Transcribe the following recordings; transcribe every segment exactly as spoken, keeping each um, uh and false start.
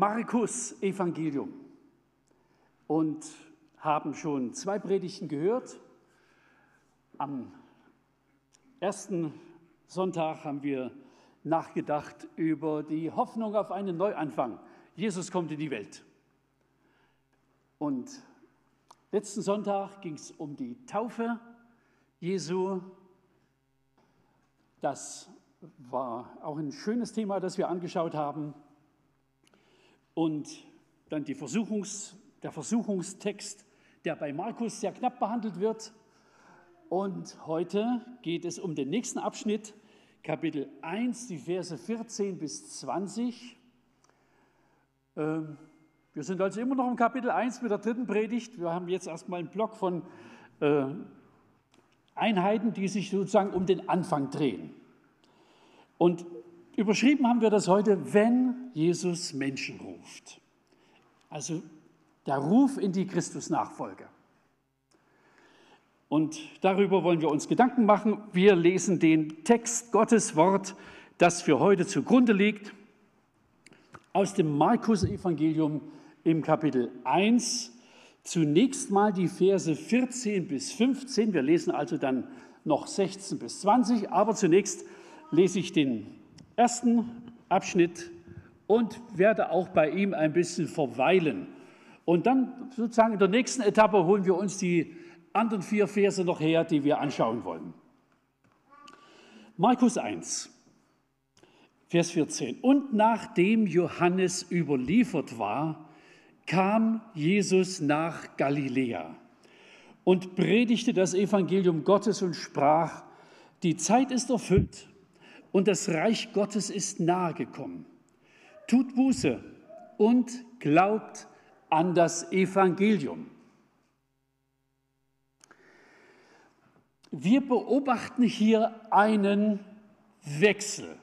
Markus-Evangelium und haben schon zwei Predigten gehört. Am ersten Sonntag haben wir nachgedacht über die Hoffnung auf einen Neuanfang. Jesus kommt in die Welt. Und letzten Sonntag ging es um die Taufe Jesu. Das war auch ein schönes Thema, das wir angeschaut haben. Und dann die Versuchungs, der Versuchungstext, der bei Markus sehr knapp behandelt wird. Und heute geht es um den nächsten Abschnitt, Kapitel eins, die Verse vierzehn bis zwanzig. Ähm, wir sind also immer noch im Kapitel eins mit der dritten Predigt. Wir haben jetzt erstmal einen Block von äh, Einheiten, die sich sozusagen um den Anfang drehen. Und überschrieben haben wir das heute, wenn Jesus Menschen ruft. Also der Ruf in die Christusnachfolge. Und darüber wollen wir uns Gedanken machen. Wir lesen den Text Gottes Wort, das für heute zugrunde liegt, aus dem Markus-Evangelium im Kapitel eins. Zunächst mal die Verse vierzehn bis fünfzehn. Wir lesen also dann noch sechzehn bis zwanzig, aber zunächst lese ich den ersten Abschnitt und werde auch bei ihm ein bisschen verweilen. Und dann sozusagen in der nächsten Etappe holen wir uns die anderen vier Verse noch her, die wir anschauen wollen. Markus eins, Vers vierzehn. Und nachdem Johannes überliefert war, kam Jesus nach Galiläa und predigte das Evangelium Gottes und sprach: Die Zeit ist erfüllt und das Reich Gottes ist nahe gekommen. Tut Buße und glaubt an das Evangelium. Wir beobachten hier einen Wechsel.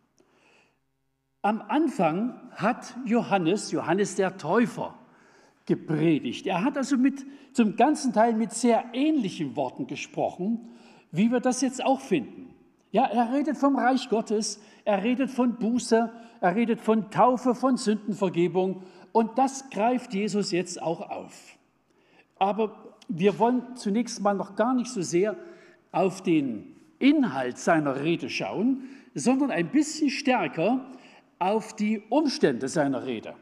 Am Anfang hat Johannes, Johannes der Täufer, gepredigt. Er hat also mit, zum ganzen Teil mit sehr ähnlichen Worten gesprochen, wie wir das jetzt auch finden. Ja, er redet vom Reich Gottes, er redet von Buße, er redet von Taufe, von Sündenvergebung und das greift Jesus jetzt auch auf. Aber wir wollen zunächst mal noch gar nicht so sehr auf den Inhalt seiner Rede schauen, sondern ein bisschen stärker auf die Umstände seiner Rede.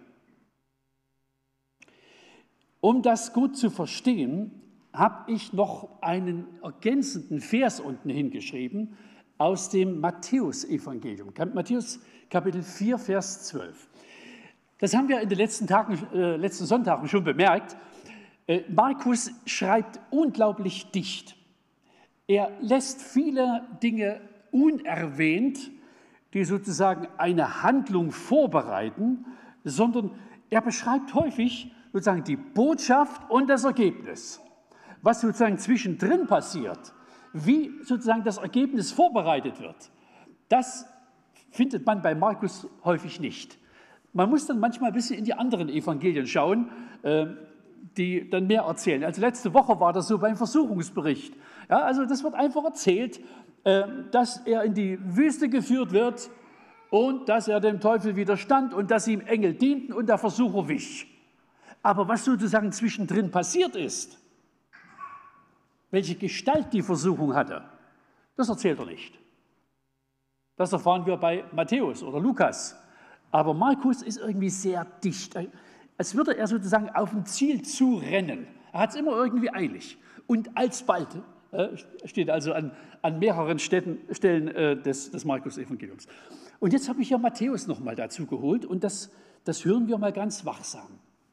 Um das gut zu verstehen, habe ich noch einen ergänzenden Vers unten hingeschrieben aus dem Matthäus-Evangelium, Matthäus Kapitel vier, Vers zwölf. Das haben wir in den letzten Tagen, äh, letzten Sonntagen schon bemerkt. Äh, Markus schreibt unglaublich dicht. Er lässt viele Dinge unerwähnt, die sozusagen eine Handlung vorbereiten, sondern er beschreibt häufig sozusagen die Botschaft und das Ergebnis. Was sozusagen zwischendrin passiert, wie sozusagen das Ergebnis vorbereitet wird, das findet man bei Markus häufig nicht. Man muss dann manchmal ein bisschen in die anderen Evangelien schauen, die dann mehr erzählen. Also letzte Woche war das so beim Versuchungsbericht. Ja, also das wird einfach erzählt, dass er in die Wüste geführt wird und dass er dem Teufel widerstand und dass ihm Engel dienten und der Versucher wich. Aber was sozusagen zwischendrin passiert ist, welche Gestalt die Versuchung hatte, das erzählt er nicht. Das erfahren wir bei Matthäus oder Lukas. Aber Markus ist irgendwie sehr dicht, als würde er sozusagen auf ein Ziel zurennen. Er hat es immer irgendwie eilig. Und alsbald, äh, steht also an, an mehreren Städten, Stellen äh, des, des Markus-Evangeliums. Und jetzt habe ich ja Matthäus nochmal dazu geholt und das, das hören wir mal ganz wachsam.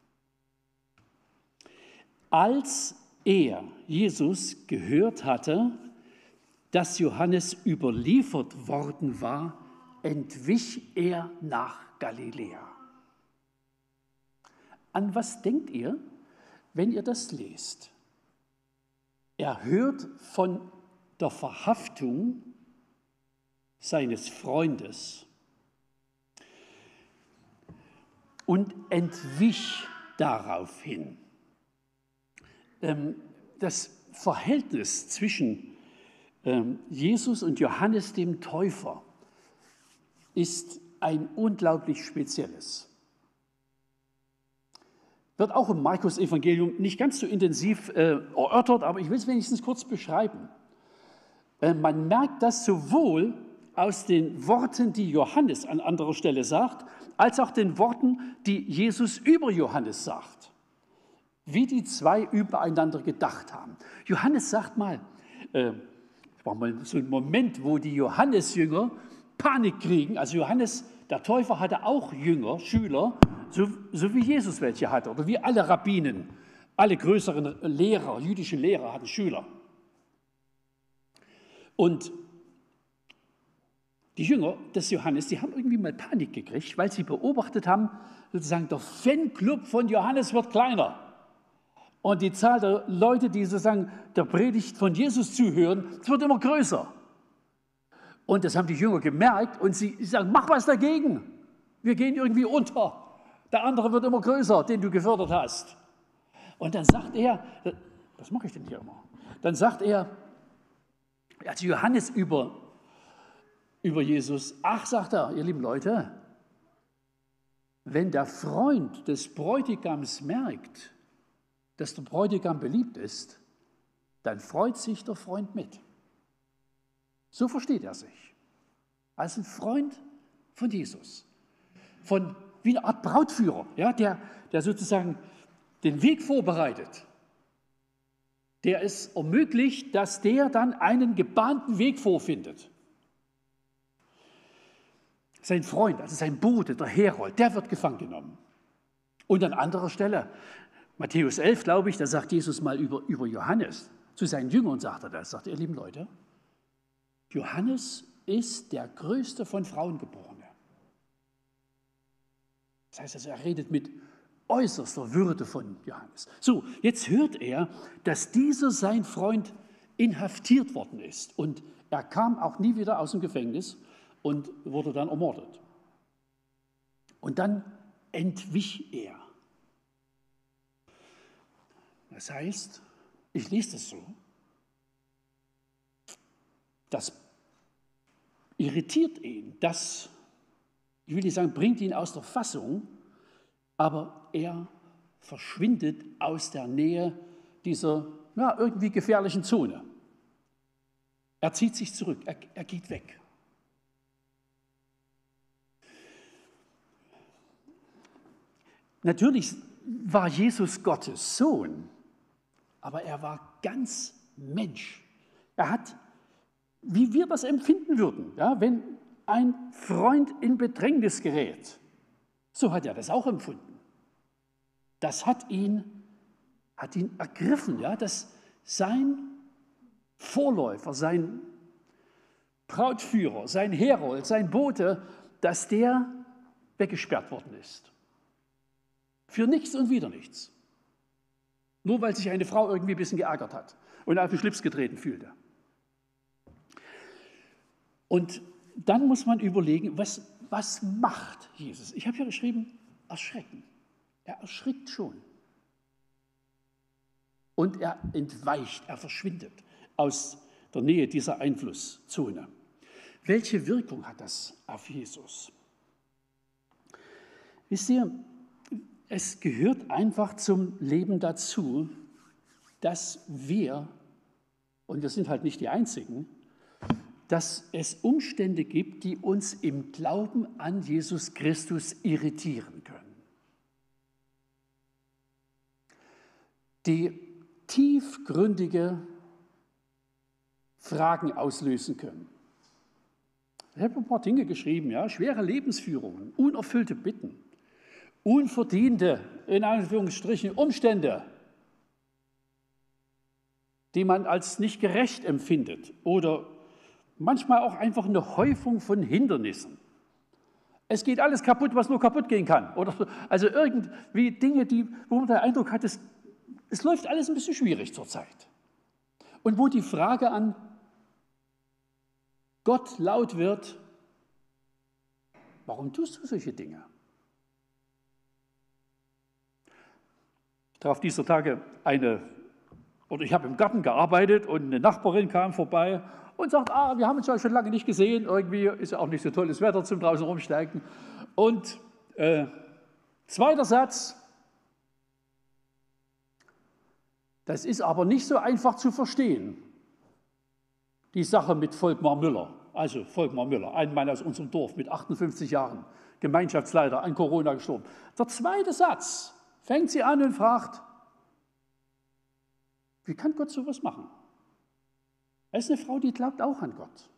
Als er, Jesus, gehört hatte, dass Johannes überliefert worden war, entwich er nach Galiläa. An was denkt ihr, wenn ihr das lest? Er hört von der Verhaftung seines Freundes und entwich daraufhin. Das Verhältnis zwischen Jesus und Johannes dem Täufer ist ein unglaublich spezielles. wird auch im Markus-Evangelium nicht ganz so intensiv äh, erörtert, aber ich will es wenigstens kurz beschreiben. Äh, man merkt das sowohl aus den Worten, die Johannes an anderer Stelle sagt, als auch den Worten, die Jesus über Johannes sagt. Wie die zwei übereinander gedacht haben. Johannes sagt mal, äh, es war mal so ein Moment, wo die Johannesjünger Panik kriegen. Also Johannes, der Täufer, hatte auch Jünger, Schüler, so, so wie Jesus welche hatte, oder wie alle Rabbinen, alle größeren Lehrer, jüdische Lehrer hatten Schüler. Und die Jünger des Johannes, die haben irgendwie mal Panik gekriegt, weil sie beobachtet haben, sozusagen der Fanclub von Johannes wird kleiner. Und die Zahl der Leute, die sozusagen der Predigt von Jesus zuhören, es wird immer größer. Und das haben die Jünger gemerkt und sie sagen, mach was dagegen. Wir gehen irgendwie unter. Der andere wird immer größer, den du gefördert hast. Und dann sagt er, was mache ich denn hier immer? Dann sagt er, als Johannes über, über Jesus, ach, sagt er, ihr lieben Leute, wenn der Freund des Bräutigams merkt, dass der Bräutigam beliebt ist, dann freut sich der Freund mit. So versteht er sich. Als ein Freund von Jesus. Von, wie eine Art Brautführer, ja, der, der sozusagen den Weg vorbereitet. Der es ermöglicht, dass der dann einen gebahnten Weg vorfindet. Sein Freund, also sein Bote, der Herold, der wird gefangen genommen. Und an anderer Stelle, Matthäus elf, glaube ich, da sagt Jesus mal über, über Johannes, zu seinen Jüngern sagt er das, sagt er, ihr lieben Leute, Johannes ist der größte von Frauen Geborene. Das heißt also, er redet mit äußerster Würde von Johannes. So, jetzt hört er, dass dieser sein Freund inhaftiert worden ist und er kam auch nie wieder aus dem Gefängnis und wurde dann ermordet. Und dann entwich er. Das heißt, ich lese das so, das irritiert ihn, das, ich will nicht sagen, bringt ihn aus der Fassung, aber er verschwindet aus der Nähe dieser ja, irgendwie gefährlichen Zone. Er zieht sich zurück, er, er geht weg. Natürlich war Jesus Gottes Sohn, aber er war ganz Mensch. Er hat, wie wir das empfinden würden, ja, wenn ein Freund in Bedrängnis gerät, so hat er das auch empfunden. Das hat ihn, hat ihn ergriffen, ja, dass sein Vorläufer, sein Brautführer, sein Herold, sein Bote, dass der weggesperrt worden ist. Für nichts und wieder nichts. Nur weil sich eine Frau irgendwie ein bisschen geärgert hat und auf den Schlips getreten fühlte. Und dann muss man überlegen, was, was macht Jesus? Ich habe hier geschrieben, erschrecken. Er erschrickt schon. Und er entweicht, er verschwindet aus der Nähe dieser Einflusszone. Welche Wirkung hat das auf Jesus? Wisst ihr, es gehört einfach zum Leben dazu, dass wir, und wir sind halt nicht die Einzigen, dass es Umstände gibt, die uns im Glauben an Jesus Christus irritieren können. Die tiefgründige Fragen auslösen können. Ich habe ein paar Dinge geschrieben, ja, schwere Lebensführungen, unerfüllte Bitten, unverdiente, in Anführungsstrichen, Umstände, die man als nicht gerecht empfindet oder manchmal auch einfach eine Häufung von Hindernissen. Es geht alles kaputt, was nur kaputt gehen kann. Oder so. Also irgendwie Dinge, die, wo man den Eindruck hat, es, es läuft alles ein bisschen schwierig zurzeit. Und wo die Frage an Gott laut wird, warum tust du solche Dinge? Ich traf dieser Tage eine, oder ich habe im Garten gearbeitet und eine Nachbarin kam vorbei und sagt, ah, wir haben uns ja schon lange nicht gesehen, irgendwie ist ja auch nicht so tolles Wetter zum draußen rumsteigen. Und äh, zweiter Satz, Das ist aber nicht so einfach zu verstehen, die Sache mit Volkmar Müller. Also Volkmar Müller, ein Mann aus unserem Dorf mit achtundfünfzig Jahren, Gemeinschaftsleiter, an Corona gestorben. Der zweite Satz fängt sie an und fragt, wie kann Gott sowas machen? Es ist eine Frau, die glaubt auch an Gott.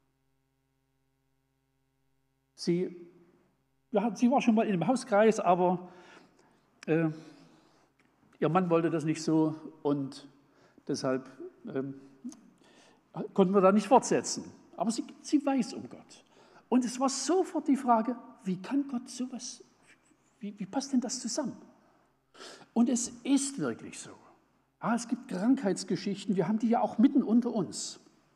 Sie, ja, sie war schon mal in einem Hauskreis, aber äh, ihr Mann wollte das nicht so und deshalb äh, konnten wir da nicht fortsetzen. Aber sie, sie weiß um Gott. Und es war sofort die Frage, wie kann Gott sowas, wie, wie passt denn das zusammen? Und es ist wirklich so. Ja, es gibt Krankheitsgeschichten, wir haben die ja auch mitten unter uns.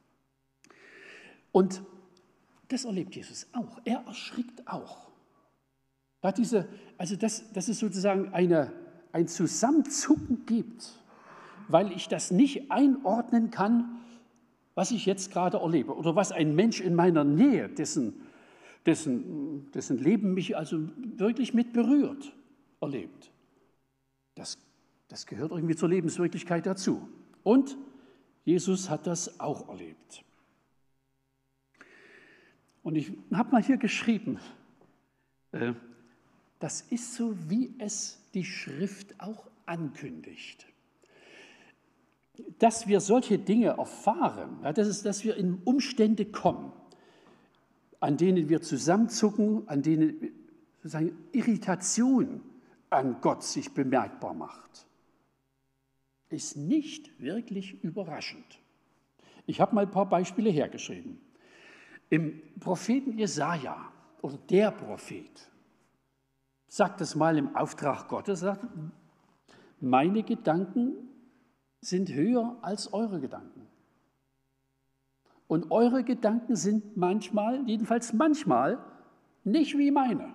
Und das erlebt Jesus auch. Er erschrickt auch. Da diese, also dass, dass es sozusagen eine, ein Zusammenzucken gibt, weil ich das nicht einordnen kann, was ich jetzt gerade erlebe oder was ein Mensch in meiner Nähe, dessen, dessen, dessen Leben mich also wirklich mit berührt, erlebt. Das, das gehört irgendwie zur Lebenswirklichkeit dazu. Und Jesus hat das auch erlebt. Und ich habe mal hier geschrieben, äh, das ist so, wie es die Schrift auch ankündigt. Dass wir solche Dinge erfahren, ja, das ist, dass wir in Umstände kommen, an denen wir zusammenzucken, an denen sozusagen Irritation an Gott sich bemerkbar macht, ist nicht wirklich überraschend. Ich habe mal ein paar Beispiele hergeschrieben. Im Propheten Jesaja, oder der Prophet, sagt es mal im Auftrag Gottes, sagt, meine Gedanken sind höher als eure Gedanken. Und eure Gedanken sind manchmal, jedenfalls manchmal, nicht wie meine.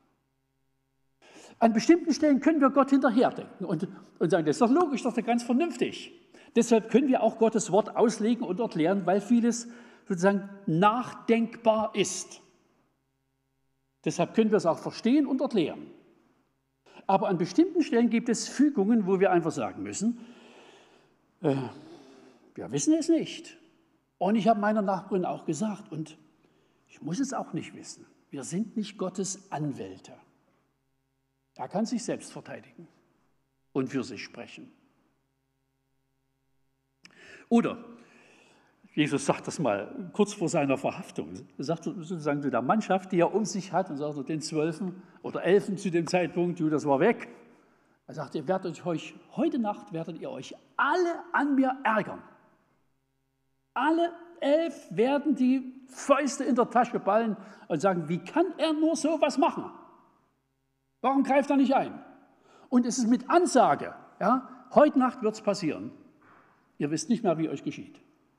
An bestimmten Stellen können wir Gott hinterherdenken und, und sagen, das ist doch logisch, das ist doch ganz vernünftig. Deshalb können wir auch Gottes Wort auslegen und erklären, weil vieles sozusagen nachdenkbar ist. Deshalb können wir es auch verstehen und erklären. Aber an bestimmten Stellen gibt es Fügungen, wo wir einfach sagen müssen, äh, wir wissen es nicht. Und ich habe meiner Nachbarin auch gesagt, und ich muss es auch nicht wissen, wir sind nicht Gottes Anwälte. Er kann sich selbst verteidigen und für sich sprechen. Oder Jesus sagt das mal kurz vor seiner Verhaftung. Er sagt sozusagen zu der Mannschaft, die er um sich hat, und sagt er den Zwölfen oder Elfen zu dem Zeitpunkt, Judas war weg. Er sagt, ihr werdet euch, heute Nacht werdet ihr euch alle an mir ärgern. Alle elf werden die Fäuste in der Tasche ballen und sagen, wie kann er nur so was machen? Warum greift er nicht ein? Und es ist mit Ansage, ja, heute Nacht wird es passieren. Ihr wisst nicht mehr, wie euch geschieht.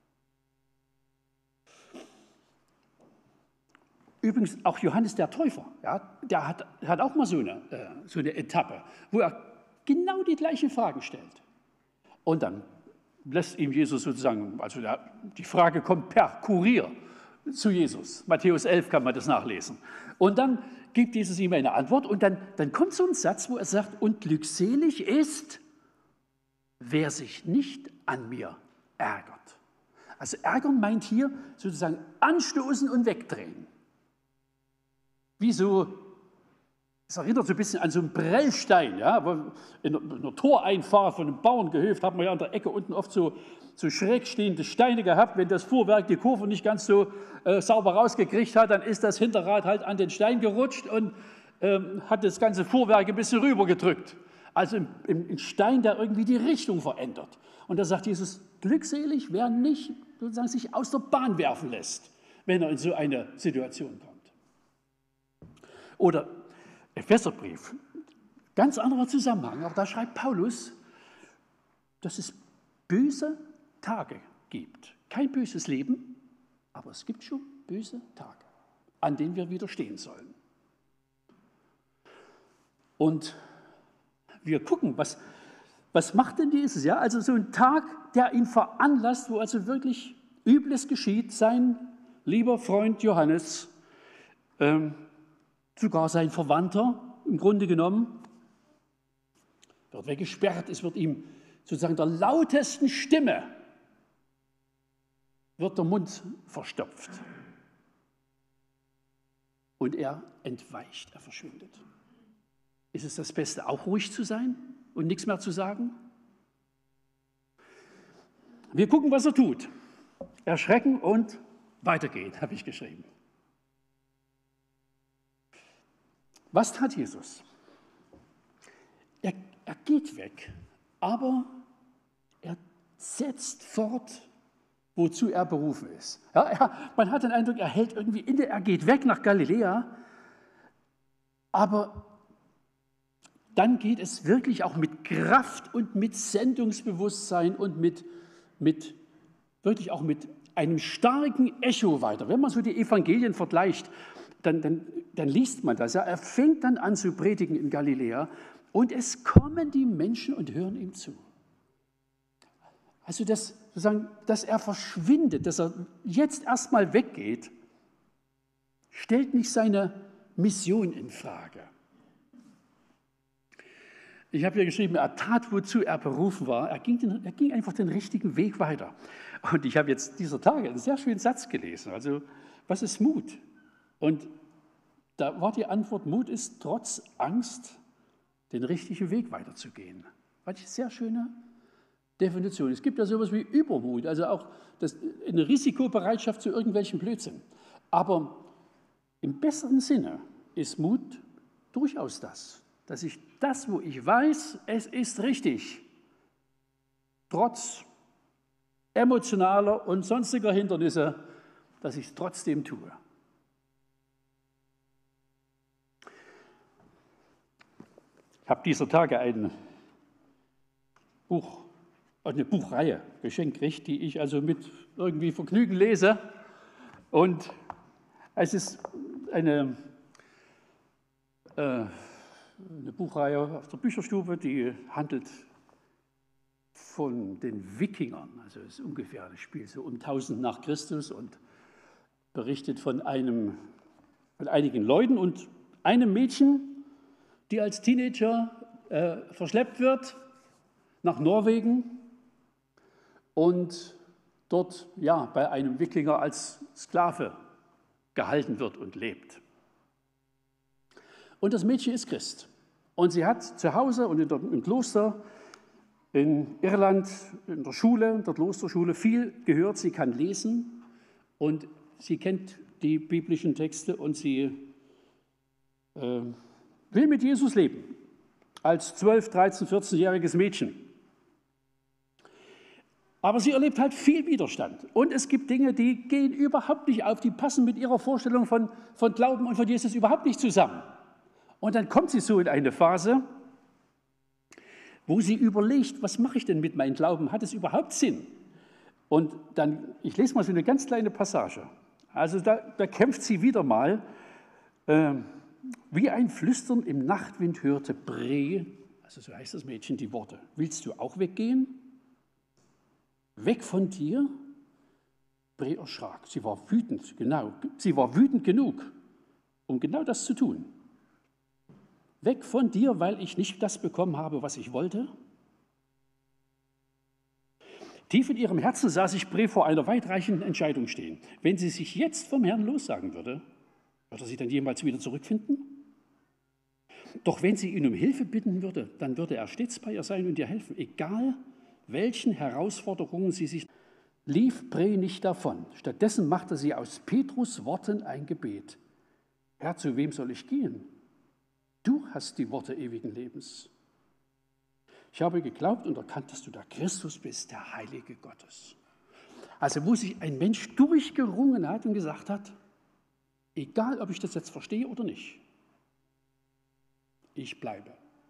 Übrigens auch Johannes der Täufer, ja, der hat, hat auch mal so eine, äh, so eine Etappe, wo er genau die gleichen Fragen stellt. Und dann lässt ihm Jesus sozusagen, also der, die Frage kommt per Kurier zu Jesus. Matthäus elf kann man das nachlesen. Und dann gibt Jesus ihm eine Antwort und dann, dann kommt so ein Satz, wo er sagt, und glückselig ist, wer sich nicht an mir ärgert. Also ärgern meint hier sozusagen anstoßen und wegdrehen. Wie so, es erinnert so ein bisschen an so einen Prellstein, ja, wo in einer Toreinfahrt von einem Bauerngehöft hat man ja an der Ecke unten oft so, so schräg stehende Steine gehabt. Wenn das Fuhrwerk die Kurve nicht ganz so äh, sauber rausgekriegt hat, dann ist das Hinterrad halt an den Stein gerutscht und ähm, hat das ganze Fuhrwerk ein bisschen rübergedrückt. Also im, im Stein, der irgendwie die Richtung verändert. Und da sagt Jesus, glückselig, wer nicht sozusagen sich aus der Bahn werfen lässt, wenn er in so eine Situation kommt. Oder Epheserbrief, ganz anderer Zusammenhang, aber da schreibt Paulus, dass es böse Tage gibt. Kein böses Leben, aber es gibt schon böse Tage, an denen wir widerstehen sollen. Und wir gucken, was, was macht denn Jesus? Ja, also so ein Tag, der ihn veranlasst, wo also wirklich Übles geschieht. Sein lieber Freund Johannes, ähm, sogar sein Verwandter im Grunde genommen, wird weggesperrt, es wird ihm sozusagen der lautesten Stimme wird der Mund verstopft. Und er entweicht, er verschwindet. Ist es das Beste, auch ruhig zu sein und nichts mehr zu sagen? Wir gucken, was er tut. Erschrecken und weitergehen, habe ich geschrieben. Was tat Jesus? Er, er geht weg, aber er setzt fort, wozu er berufen ist. Ja, er, man hat den Eindruck, er hält irgendwie inne, er geht weg nach Galiläa, aber dann geht es wirklich auch mit Kraft und mit Sendungsbewusstsein und mit, mit wirklich auch mit einem starken Echo weiter. Wenn man so die Evangelien vergleicht, dann, dann, dann liest man das. Ja. Er fängt dann an zu predigen in Galiläa und es kommen die Menschen und hören ihm zu. Also, das, sozusagen, dass er verschwindet, dass er jetzt erstmal weggeht, stellt nicht seine Mission in Frage. Ich habe hier geschrieben, er tat, wozu er berufen war. Er ging, den, er ging einfach den richtigen Weg weiter. Und ich habe jetzt dieser Tage einen sehr schönen Satz gelesen. Also, was ist Mut? Und da war die Antwort, Mut ist trotz Angst, den richtigen Weg weiterzugehen. War eine sehr schöne Definition. Es gibt ja sowas wie Übermut, also auch das, eine Risikobereitschaft zu irgendwelchen Blödsinn. Aber im besseren Sinne ist Mut durchaus das, dass ich das, wo ich weiß, es ist richtig, trotz emotionaler und sonstiger Hindernisse, dass ich es trotzdem tue. Ich habe dieser Tage ein Buch, eine Buchreihe geschenkt gekriegt, die ich also mit irgendwie Vergnügen lese. Und es ist eine, äh, eine Buchreihe auf der Bücherstube, die handelt von den Wikingern. Also es ist ungefähr, das Spiel so um tausend nach Christus und berichtet von, einem, von einigen Leuten und einem Mädchen, die als Teenager äh, verschleppt wird nach Norwegen und dort ja, bei einem Wikinger als Sklave gehalten wird und lebt. Und das Mädchen ist Christ. Und sie hat zu Hause und in der, im Kloster in Irland, in der Schule, in der Klosterschule, viel gehört. Sie kann lesen und sie kennt die biblischen Texte und sie äh, will mit Jesus leben. Als zwölf-, dreizehn-, vierzehnjähriges Mädchen. Aber sie erlebt halt viel Widerstand. Und es gibt Dinge, die gehen überhaupt nicht auf, die passen mit ihrer Vorstellung von, von Glauben und von Jesus überhaupt nicht zusammen. Und dann kommt sie so in eine Phase, wo sie überlegt, was mache ich denn mit meinem Glauben? Hat es überhaupt Sinn? Und dann, ich lese mal so eine ganz kleine Passage. Also da, da kämpft sie wieder mal, äh, wie ein Flüstern im Nachtwind hörte Bre, also so heißt das Mädchen, die Worte, willst du auch weggehen? Weg von dir? Bre erschrak. Sie war wütend, genau. Sie war wütend genug, um genau das zu tun. Weg von dir, weil ich nicht das bekommen habe, was ich wollte? Tief in ihrem Herzen sah sich Bre vor einer weitreichenden Entscheidung stehen. Wenn sie sich jetzt vom Herrn lossagen würde, würde er sie dann jemals wieder zurückfinden? Doch wenn sie ihn um Hilfe bitten würde, dann würde er stets bei ihr sein und ihr helfen, egal welchen Herausforderungen sie sich... Lief Bre nicht davon. Stattdessen machte sie aus Petrus Worten ein Gebet. Herr, zu wem soll ich gehen? Du hast die Worte ewigen Lebens. Ich habe geglaubt und erkannt, dass du der Christus bist, der Heilige Gottes. Also wo sich ein Mensch durchgerungen hat und gesagt hat, egal ob ich das jetzt verstehe oder nicht, ich bleibe.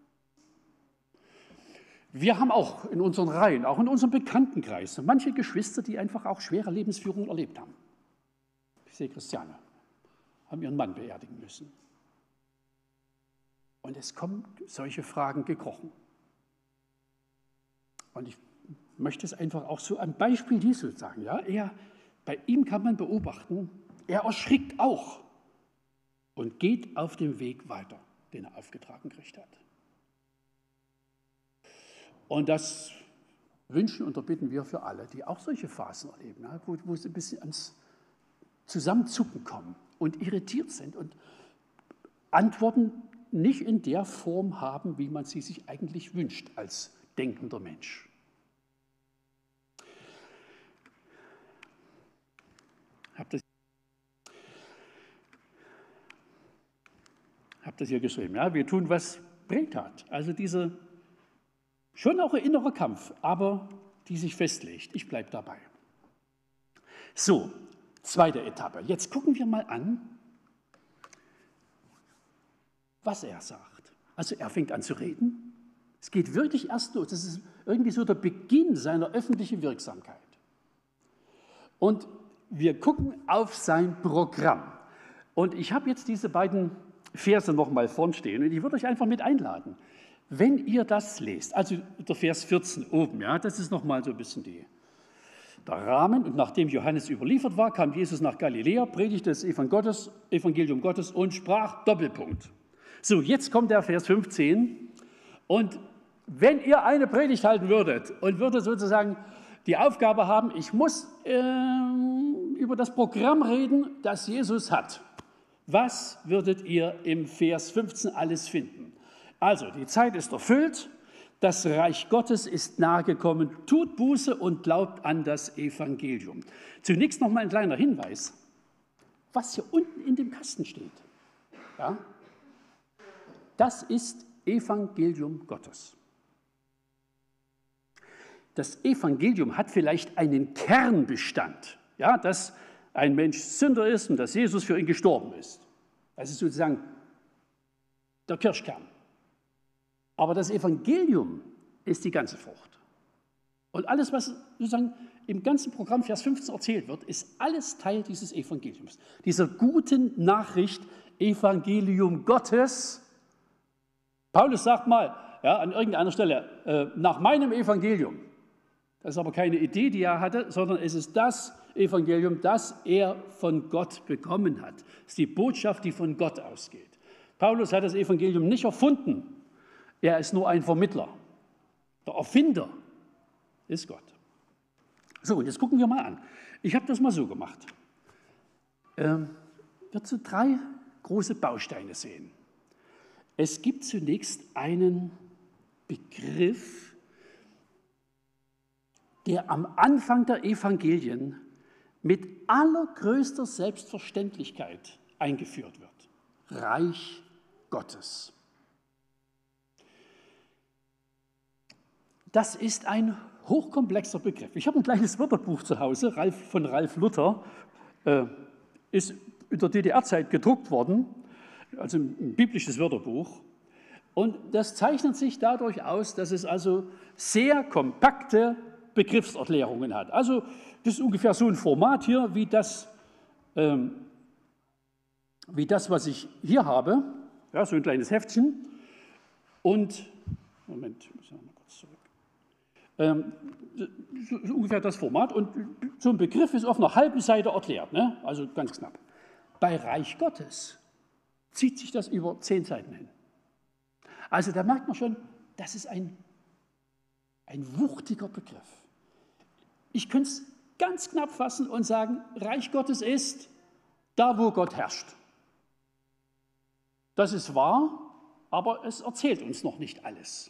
Wir haben auch in unseren Reihen, auch in unserem Bekanntenkreis, manche Geschwister, die einfach auch schwere Lebensführungen erlebt haben. Ich sehe Christiane, haben ihren Mann beerdigen müssen. Und es kommen solche Fragen gekrochen. Und ich möchte es einfach auch so am Beispiel Jesu sagen. Ja? Er, bei ihm kann man beobachten, er erschrickt auch und geht auf dem Weg weiter, den er aufgetragen gekriegt hat. Und das wünschen und erbitten wir für alle, die auch solche Phasen erleben, ja, wo, wo sie ein bisschen ans Zusammenzucken kommen und irritiert sind und Antworten nicht in der Form haben, wie man sie sich eigentlich wünscht als denkender Mensch. Habt ihr hab das hier geschrieben? Ja, wir tun, was Breth hat. Also diese, schon auch ein innerer Kampf, aber die sich festlegt. Ich bleibe dabei. So, zweite Etappe. Jetzt gucken wir mal an, was er sagt. Also er fängt an zu reden. Es geht wirklich erst los. Das ist irgendwie so der Beginn seiner öffentlichen Wirksamkeit. Und wir gucken auf sein Programm. Und ich habe jetzt diese beiden Verse nochmal vorn stehen und ich würde euch einfach mit einladen. Wenn ihr das lest, also der Vers vierzehn oben, ja, das ist nochmal so ein bisschen die, der Rahmen. Und nachdem Johannes überliefert war, kam Jesus nach Galiläa, predigte das Evangelium Gottes und sprach Doppelpunkt. So, jetzt kommt der Vers fünfzehn. Und wenn ihr eine Predigt halten würdet und würdet sozusagen die Aufgabe haben, ich muss äh, über das Programm reden, das Jesus hat, was würdet ihr im Vers fünfzehn alles finden? Also, die Zeit ist erfüllt, das Reich Gottes ist nahegekommen, tut Buße und glaubt an das Evangelium. Zunächst noch mal ein kleiner Hinweis, was hier unten in dem Kasten steht. Ja? Das ist Evangelium Gottes. Das Evangelium hat vielleicht einen Kernbestand, ja, dass ein Mensch Sünder ist und dass Jesus für ihn gestorben ist. Das ist sozusagen der Kirschkern. Aber das Evangelium ist die ganze Frucht. Und alles, was sozusagen im ganzen Programm Vers fünfzehn erzählt wird, ist alles Teil dieses Evangeliums. Dieser guten Nachricht, Evangelium Gottes. Paulus sagt mal, ja, an irgendeiner Stelle, äh, nach meinem Evangelium. Das ist aber keine Idee, die er hatte, sondern es ist das Evangelium, das er von Gott bekommen hat. Es ist die Botschaft, die von Gott ausgeht. Paulus hat das Evangelium nicht erfunden. Er ist nur ein Vermittler. Der Erfinder ist Gott. So, und jetzt gucken wir mal an. Ich habe das mal so gemacht. Ähm, wird so drei große Bausteine sehen. Es gibt zunächst einen Begriff, der am Anfang der Evangelien mit allergrößter Selbstverständlichkeit eingeführt wird. Reich Gottes. Das ist ein hochkomplexer Begriff. Ich habe ein kleines Wörterbuch zu Hause, Ralf, von Ralf Luther, äh, ist in der D D R-Zeit gedruckt worden, also ein biblisches Wörterbuch. Und das zeichnet sich dadurch aus, dass es also sehr kompakte Begriffserklärungen hat. Also das ist ungefähr so ein Format hier, wie das, ähm, wie das was ich hier habe, ja, so ein kleines Heftchen. Und, Moment, ich muss noch mal kurz zurück. Ähm, so, so ungefähr das Format und so ein Begriff ist auf einer halben Seite erklärt, ne? Also ganz knapp. Bei Reich Gottes zieht sich das über zehn Seiten hin. Also da merkt man schon, das ist ein, ein wuchtiger Begriff. Ich könnte es ganz knapp fassen und sagen, Reich Gottes ist da, wo Gott herrscht. Das ist wahr, aber es erzählt uns noch nicht alles.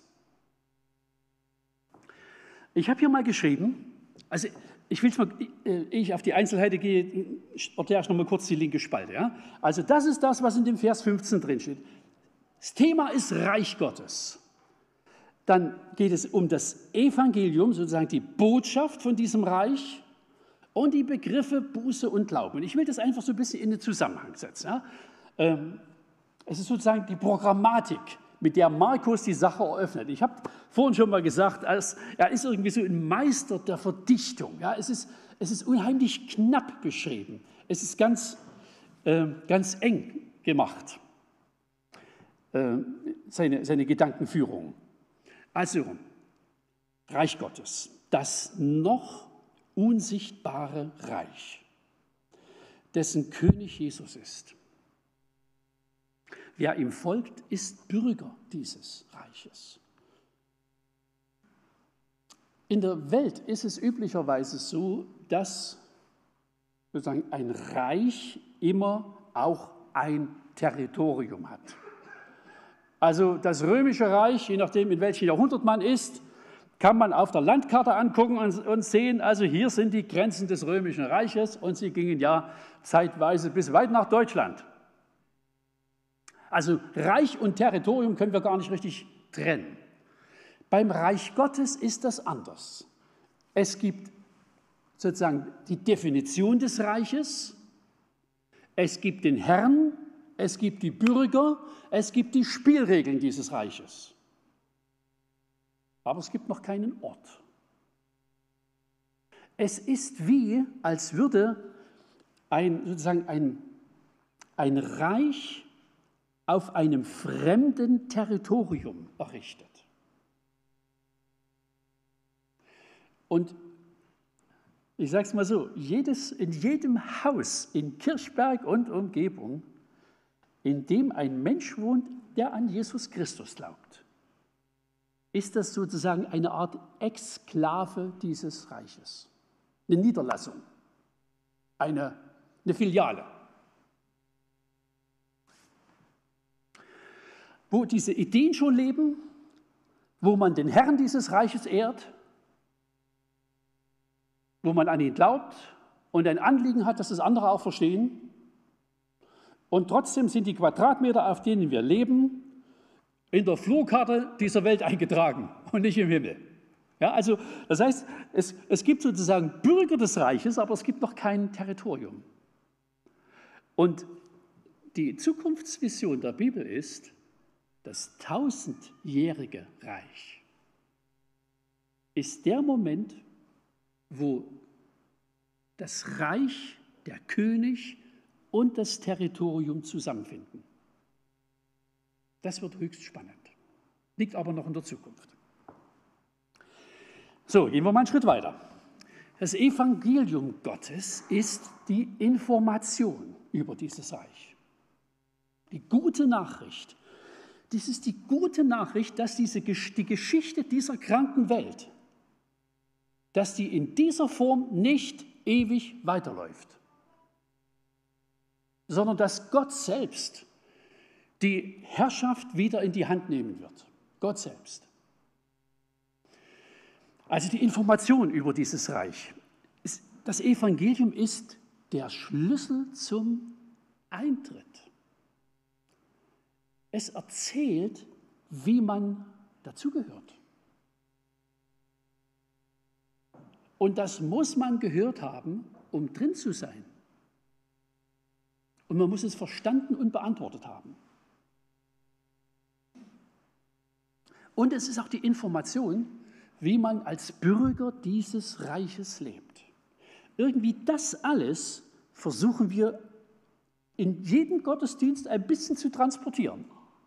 Ich habe hier mal geschrieben, also ich will es mal, ehe ich auf die Einzelheiten gehe, erkläre ich noch mal kurz die linke Spalte. Ja? Also das ist das, was in dem Vers fünfzehn drin steht. Das Thema ist Reich Gottes. Dann geht es um das Evangelium, sozusagen die Botschaft von diesem Reich und die Begriffe Buße und Glauben. Und ich will das einfach so ein bisschen in den Zusammenhang setzen. Ja? Ähm, es ist sozusagen die Programmatik, mit der Markus die Sache eröffnet. Ich habe vorhin schon mal gesagt, er ist irgendwie so ein Meister der Verdichtung. Ja? Es ist, es ist unheimlich knapp beschrieben. Es ist ganz, äh, ganz eng gemacht, äh, seine, seine Gedankenführung. Also, Reich Gottes, das noch unsichtbare Reich, dessen König Jesus ist. Wer ihm folgt, ist Bürger dieses Reiches. In der Welt ist es üblicherweise so, dass sozusagen ein Reich immer auch ein Territorium hat. Also das Römische Reich, je nachdem in welchem Jahrhundert man ist, kann man auf der Landkarte angucken und, und sehen, also hier sind die Grenzen des Römischen Reiches und sie gingen ja zeitweise bis weit nach Deutschland. Also Reich und Territorium können wir gar nicht richtig trennen. Beim Reich Gottes ist das anders. Es gibt sozusagen die Definition des Reiches, es gibt den Herrn, es gibt die Bürger, es gibt die Spielregeln dieses Reiches. Aber es gibt noch keinen Ort. Es ist wie, als würde ein, sozusagen ein, ein Reich auf einem fremden Territorium errichtet. Und ich sage es mal so, jedes, in jedem Haus in Kirchberg und Umgebung, in dem ein Mensch wohnt, der an Jesus Christus glaubt, ist das sozusagen eine Art Exklave dieses Reiches. Eine Niederlassung, eine, eine Filiale. Wo diese Ideen schon leben, wo man den Herrn dieses Reiches ehrt, wo man an ihn glaubt und ein Anliegen hat, dass das andere auch verstehen. Und trotzdem sind die Quadratmeter, auf denen wir leben, in der Flurkarte dieser Welt eingetragen und nicht im Himmel. Ja, also das heißt, es, es gibt sozusagen Bürger des Reiches, aber es gibt noch kein Territorium. Und die Zukunftsvision der Bibel ist das tausendjährige Reich. Ist der Moment, wo das Reich, der König und das Territorium zusammenfinden. Das wird höchst spannend, liegt aber noch in der Zukunft. So, gehen wir mal einen Schritt weiter. Das Evangelium Gottes ist die Information über dieses Reich. Die gute Nachricht. Dies ist die gute Nachricht, dass diese, die Geschichte dieser kranken Welt, dass die in dieser Form nicht ewig weiterläuft, sondern dass Gott selbst die Herrschaft wieder in die Hand nehmen wird. Gott selbst. Also die Information über dieses Reich. Das Evangelium ist der Schlüssel zum Eintritt. Es erzählt, wie man dazugehört. Und das muss man gehört haben, um drin zu sein. Und man muss es verstanden und beantwortet haben. Und es ist auch die Information, wie man als Bürger dieses Reiches lebt. Irgendwie das alles versuchen wir in jedem Gottesdienst ein bisschen zu transportieren.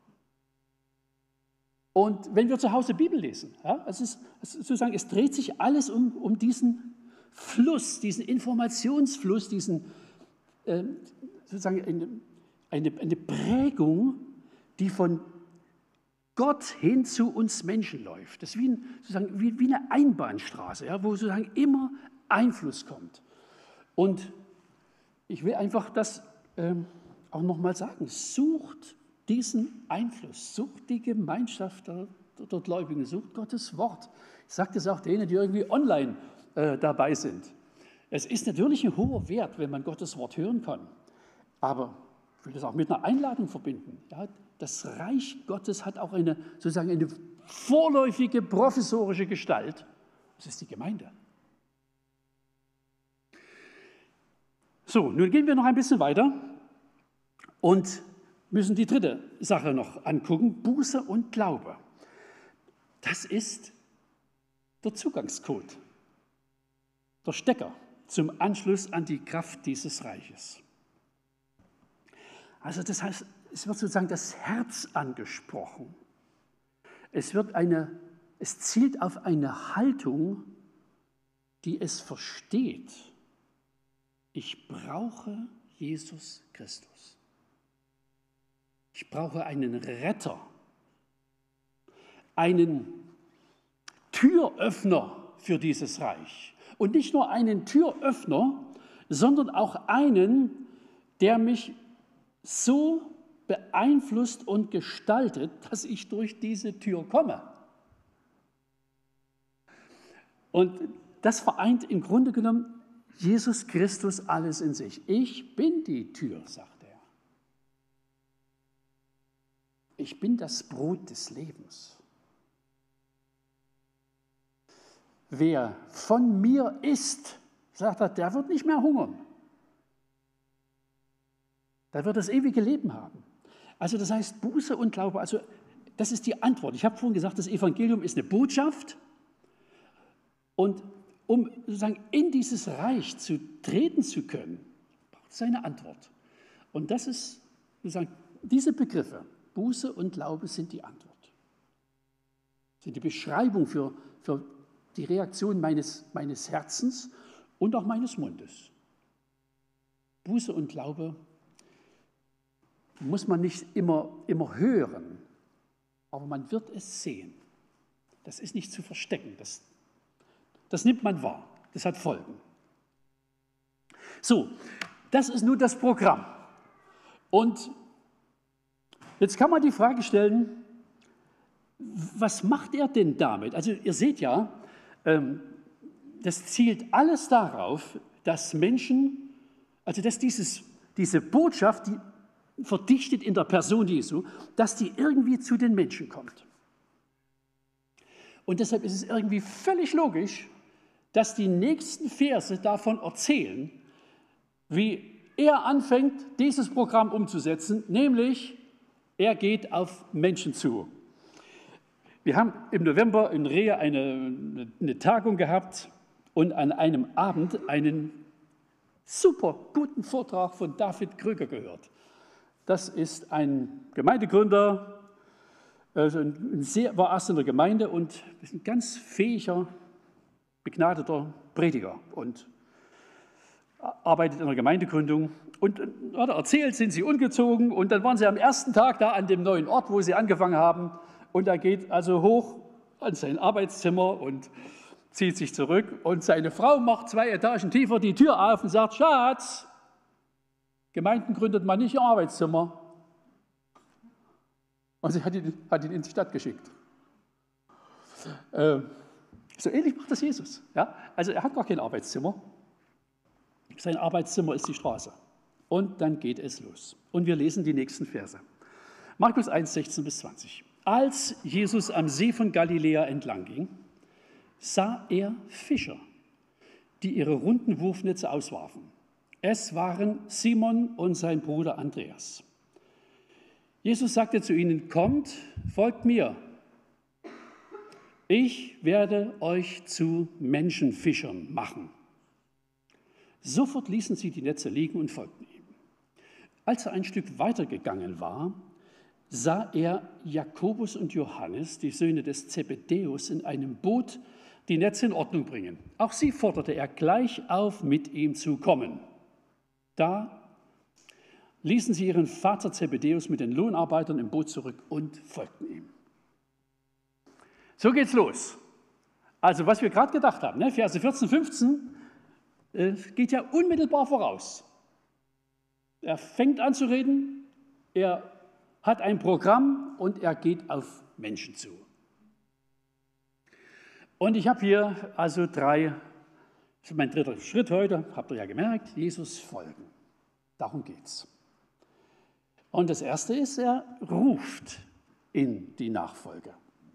Und wenn wir zu Hause Bibel lesen, ja, es ist, es ist sozusagen, es dreht sich alles um, um diesen Fluss, diesen Informationsfluss, diesen, äh, sozusagen eine, eine, eine Prägung, die von Gott hin zu uns Menschen läuft. Das ist wie, ein, sozusagen, wie, wie eine Einbahnstraße, ja, wo sozusagen immer Einfluss kommt. Und ich will einfach das ähm, auch nochmal sagen, sucht diesen Einfluss, sucht die Gemeinschaft der, der Gläubigen, sucht Gottes Wort. Ich sage das auch denen, die irgendwie online äh, dabei sind. Es ist natürlich ein hoher Wert, wenn man Gottes Wort hören kann, aber ich will das auch mit einer Einladung verbinden. Ja, das Reich Gottes hat auch eine, sozusagen eine vorläufige, professorische Gestalt. Das ist die Gemeinde. So, nun gehen wir noch ein bisschen weiter und müssen die dritte Sache noch angucken, Buße und Glaube. Das ist der Zugangscode, der Stecker zum Anschluss an die Kraft dieses Reiches. Also das heißt, es wird sozusagen das Herz angesprochen. Es wird eine, es zielt auf eine Haltung, die es versteht. Ich brauche Jesus Christus. Ich brauche einen Retter, einen Türöffner für dieses Reich. Und nicht nur einen Türöffner, sondern auch einen, der mich so beeinflusst und gestaltet, dass ich durch diese Tür komme. Und das vereint im Grunde genommen Jesus Christus alles in sich. Ich bin die Tür, sagt er. Ich bin das Brot des Lebens. Wer von mir isst, sagt er, der wird nicht mehr hungern. Der wird das ewige Leben haben. Also das heißt Buße und Glaube, also das ist die Antwort. Ich habe vorhin gesagt, das Evangelium ist eine Botschaft. Und um sozusagen in dieses Reich zu treten zu können, braucht es eine Antwort. Und das ist sozusagen, diese Begriffe, Buße und Glaube, sind die Antwort. Sind die Beschreibung für, für die Reaktion meines, meines Herzens und auch meines Mundes. Buße und Glaube muss man nicht immer, immer hören, aber man wird es sehen. Das ist nicht zu verstecken, das, das nimmt man wahr, das hat Folgen. So, das ist nun das Programm. Und jetzt kann man die Frage stellen, was macht er denn damit? Also ihr seht ja, das zielt alles darauf, dass Menschen, also dass dieses, diese Botschaft, die verdichtet in der Person Jesu, dass die irgendwie zu den Menschen kommt. Und deshalb ist es irgendwie völlig logisch, dass die nächsten Verse davon erzählen, wie er anfängt, dieses Programm umzusetzen, nämlich er geht auf Menschen zu. Wir haben im November in Rehe eine, eine Tagung gehabt und an einem Abend einen super guten Vortrag von David Krüger gehört. Das ist ein Gemeindegründer, also ein sehr, war erst in der Gemeinde und ist ein ganz fähiger, begnadeter Prediger und arbeitet in der Gemeindegründung. Und hat er erzählt, sind sie umgezogen und dann waren sie am ersten Tag da an dem neuen Ort, wo sie angefangen haben. Und er geht also hoch an sein Arbeitszimmer und zieht sich zurück. Und seine Frau macht zwei Etagen tiefer die Tür auf und sagt, Schatz, Gemeinden gründet man nicht im Arbeitszimmer. Und sie hat ihn, hat ihn in die Stadt geschickt. Äh, so ähnlich macht das Jesus. Ja? Also er hat gar kein Arbeitszimmer. Sein Arbeitszimmer ist die Straße. Und dann geht es los. Und wir lesen die nächsten Verse. Markus eins, sechzehn bis zwanzig. Als Jesus am See von Galiläa entlang ging, sah er Fischer, die ihre runden Wurfnetze auswarfen. Es waren Simon und sein Bruder Andreas. Jesus sagte zu ihnen, kommt, folgt mir. Ich werde euch zu Menschenfischern machen. Sofort ließen sie die Netze liegen und folgten ihm. Als er ein Stück weitergegangen war, sah er Jakobus und Johannes, die Söhne des Zebedäus, in einem Boot die Netze in Ordnung bringen. Auch sie forderte er gleich auf, mit ihm zu kommen. Da ließen sie ihren Vater Zebedäus mit den Lohnarbeitern im Boot zurück und folgten ihm. So geht's los. Also was wir gerade gedacht haben, ne? Verse vierzehn, fünfzehn, äh, geht ja unmittelbar voraus. Er fängt an zu reden, er hat ein Programm und er geht auf Menschen zu. Und ich habe hier also drei, das ist mein dritter Schritt heute, habt ihr ja gemerkt, Jesus folgen. Darum geht's. Und das erste ist, er ruft in die Nachfolge.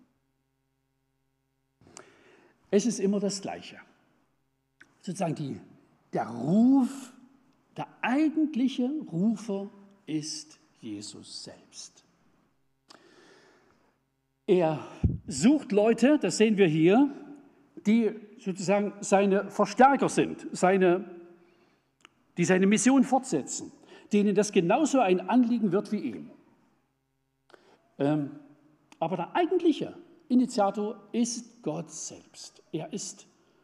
Es ist immer das Gleiche. Sozusagen die, der Ruf, der eigentliche Rufer ist Jesus selbst. Er sucht Leute, das sehen wir hier, die sozusagen seine Verstärker sind, seine, die seine Mission fortsetzen, denen das genauso ein Anliegen wird wie ihm. Ähm, aber der eigentliche Initiator ist Gott selbst. Er ist,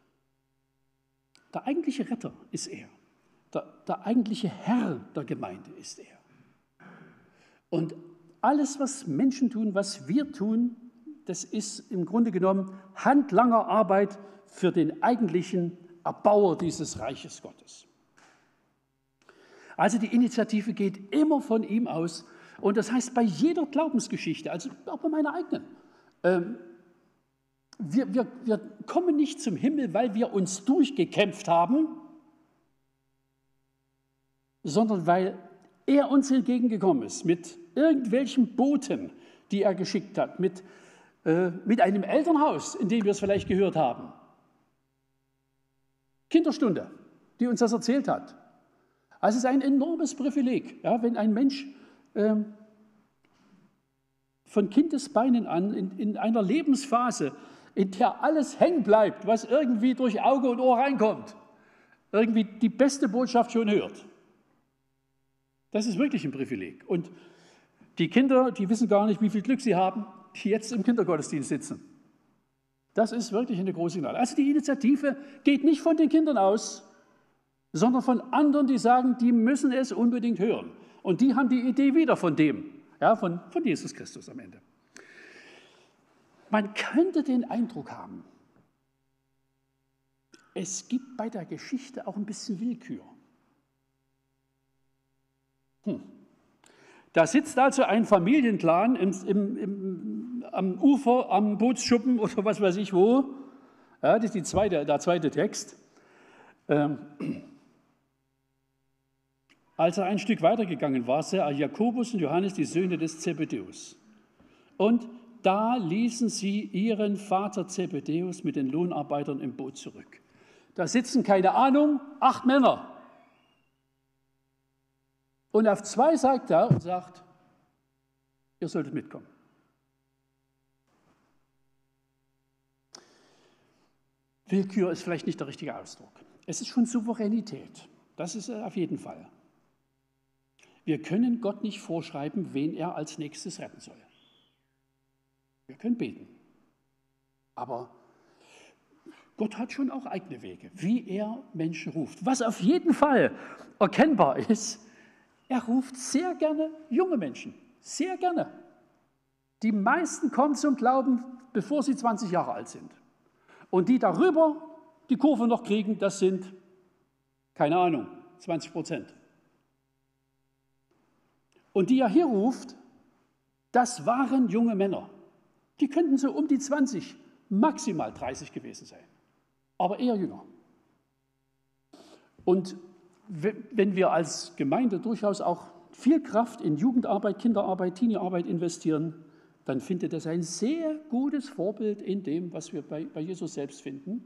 der eigentliche Retter ist er. Der, der eigentliche Herr der Gemeinde ist er. Und alles, was Menschen tun, was wir tun, das ist im Grunde genommen handlanger Arbeit für den eigentlichen Erbauer dieses Reiches Gottes. Also die Initiative geht immer von ihm aus. Und das heißt, bei jeder Glaubensgeschichte, also auch bei meiner eigenen, ähm, wir, wir, wir kommen nicht zum Himmel, weil wir uns durchgekämpft haben, sondern weil er uns entgegengekommen ist mit irgendwelchen Boten, die er geschickt hat, mit, äh, mit einem Elternhaus, in dem wir es vielleicht gehört haben. Kinderstunde, die uns das erzählt hat. Also es ist ein enormes Privileg, ja, wenn ein Mensch ähm, von Kindesbeinen an in, in einer Lebensphase, in der alles hängen bleibt, was irgendwie durch Auge und Ohr reinkommt, irgendwie die beste Botschaft schon hört. Das ist wirklich ein Privileg. Und die Kinder, die wissen gar nicht, wie viel Glück sie haben, die jetzt im Kindergottesdienst sitzen. Das ist wirklich eine große Gnade. Also die Initiative geht nicht von den Kindern aus, sondern von anderen, die sagen, die müssen es unbedingt hören. Und die haben die Idee wieder von dem, ja, von, von Jesus Christus am Ende. Man könnte den Eindruck haben, es gibt bei der Geschichte auch ein bisschen Willkür. Hm. Da sitzt also ein Familienclan im, im, im, am Ufer, am Bootsschuppen oder was weiß ich wo. Ja, das ist die zweite, der zweite Text. Ähm, Als er ein Stück weitergegangen war, sah er Jakobus und Johannes, die Söhne des Zebedäus. Und da ließen sie ihren Vater Zebedäus mit den Lohnarbeitern im Boot zurück. Da sitzen, keine Ahnung, acht Männer. Und auf zwei zeigt er und sagt, ihr solltet mitkommen. Willkür ist vielleicht nicht der richtige Ausdruck. Es ist schon Souveränität. Das ist auf jeden Fall. Wir können Gott nicht vorschreiben, wen er als nächstes retten soll. Wir können beten. Aber Gott hat schon auch eigene Wege, wie er Menschen ruft. Was auf jeden Fall erkennbar ist, er ruft sehr gerne junge Menschen. Sehr gerne. Die meisten kommen zum Glauben, bevor sie zwanzig Jahre alt sind. Und die darüber die Kurve noch kriegen, das sind, keine Ahnung, zwanzig Prozent. Und die er hier ruft, das waren junge Männer. Die könnten so um die zwanzig, maximal dreißig gewesen sein, aber eher jünger. Und wenn wir als Gemeinde durchaus auch viel Kraft in Jugendarbeit, Kinderarbeit, Teenie-Arbeit investieren, dann findet das ein sehr gutes Vorbild in dem, was wir bei, bei Jesus selbst finden.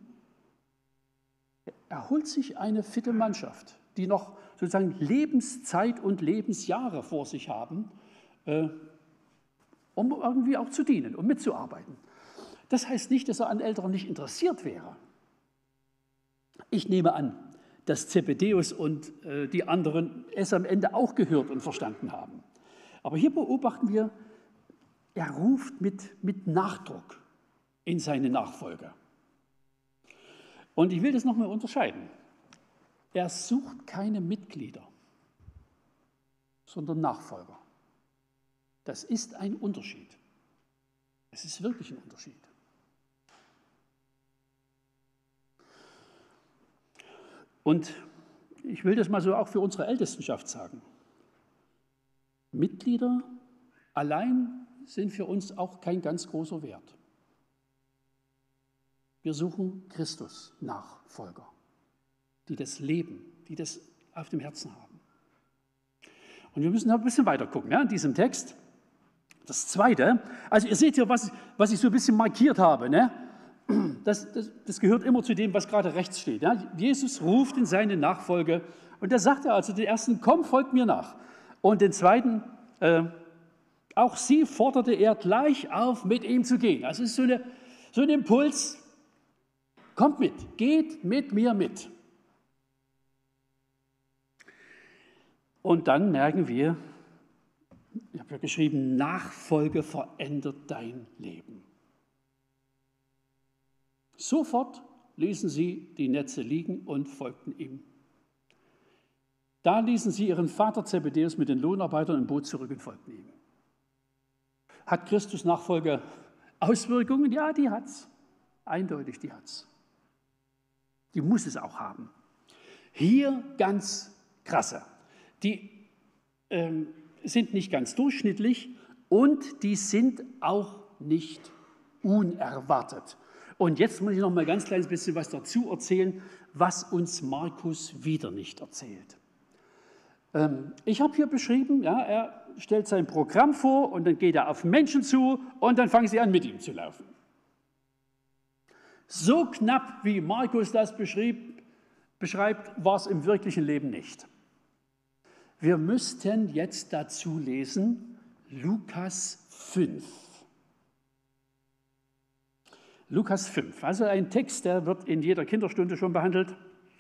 Er holt sich eine fitte Mannschaft, die noch sozusagen Lebenszeit und Lebensjahre vor sich haben, äh, um irgendwie auch zu dienen, um mitzuarbeiten. Das heißt nicht, dass er an Älteren nicht interessiert wäre. Ich nehme an, dass Zebedäus und äh, die anderen es am Ende auch gehört und verstanden haben. Aber hier beobachten wir, er ruft mit, mit Nachdruck in seine Nachfolger. Und ich will das nochmal unterscheiden. Er sucht keine Mitglieder, sondern Nachfolger. Das ist ein Unterschied. Es ist wirklich ein Unterschied. Und ich will das mal so auch für unsere Ältestenschaft sagen. Mitglieder allein sind für uns auch kein ganz großer Wert. Wir suchen Christus-Nachfolger, die das leben, die das auf dem Herzen haben. Und wir müssen noch ein bisschen weiter gucken, ja, in diesem Text. Das Zweite, also ihr seht hier, was, was ich so ein bisschen markiert habe, ne? Das, das, das gehört immer zu dem, was gerade rechts steht. Ja? Jesus ruft in seine Nachfolge und da sagt er also den ersten, komm, folgt mir nach. Und den zweiten, äh, auch sie forderte er gleich auf, mit ihm zu gehen. Also es ist so, eine, so ein Impuls, kommt mit, geht mit mir mit. Und dann merken wir, ich habe ja geschrieben, Nachfolge verändert dein Leben. Sofort ließen sie die Netze liegen und folgten ihm. Da ließen sie ihren Vater Zebedäus mit den Lohnarbeitern im Boot zurück und folgten ihm. Hat Christus Nachfolge Auswirkungen? Ja, die hat's. Eindeutig, die hat's. Die muss es auch haben. Hier ganz krasse. Die ähm, sind nicht ganz durchschnittlich und die sind auch nicht unerwartet. Und jetzt muss ich noch mal ein ganz kleines bisschen was dazu erzählen, was uns Markus wieder nicht erzählt. Ähm, ich habe hier beschrieben, ja, er stellt sein Programm vor und dann geht er auf Menschen zu und dann fangen sie an, mit ihm zu laufen. So knapp, wie Markus das beschrieb, beschreibt, war es im wirklichen Leben nicht. Wir müssten jetzt dazu lesen Lukas fünf. Lukas fünf, also ein Text, der wird in jeder Kinderstunde schon behandelt.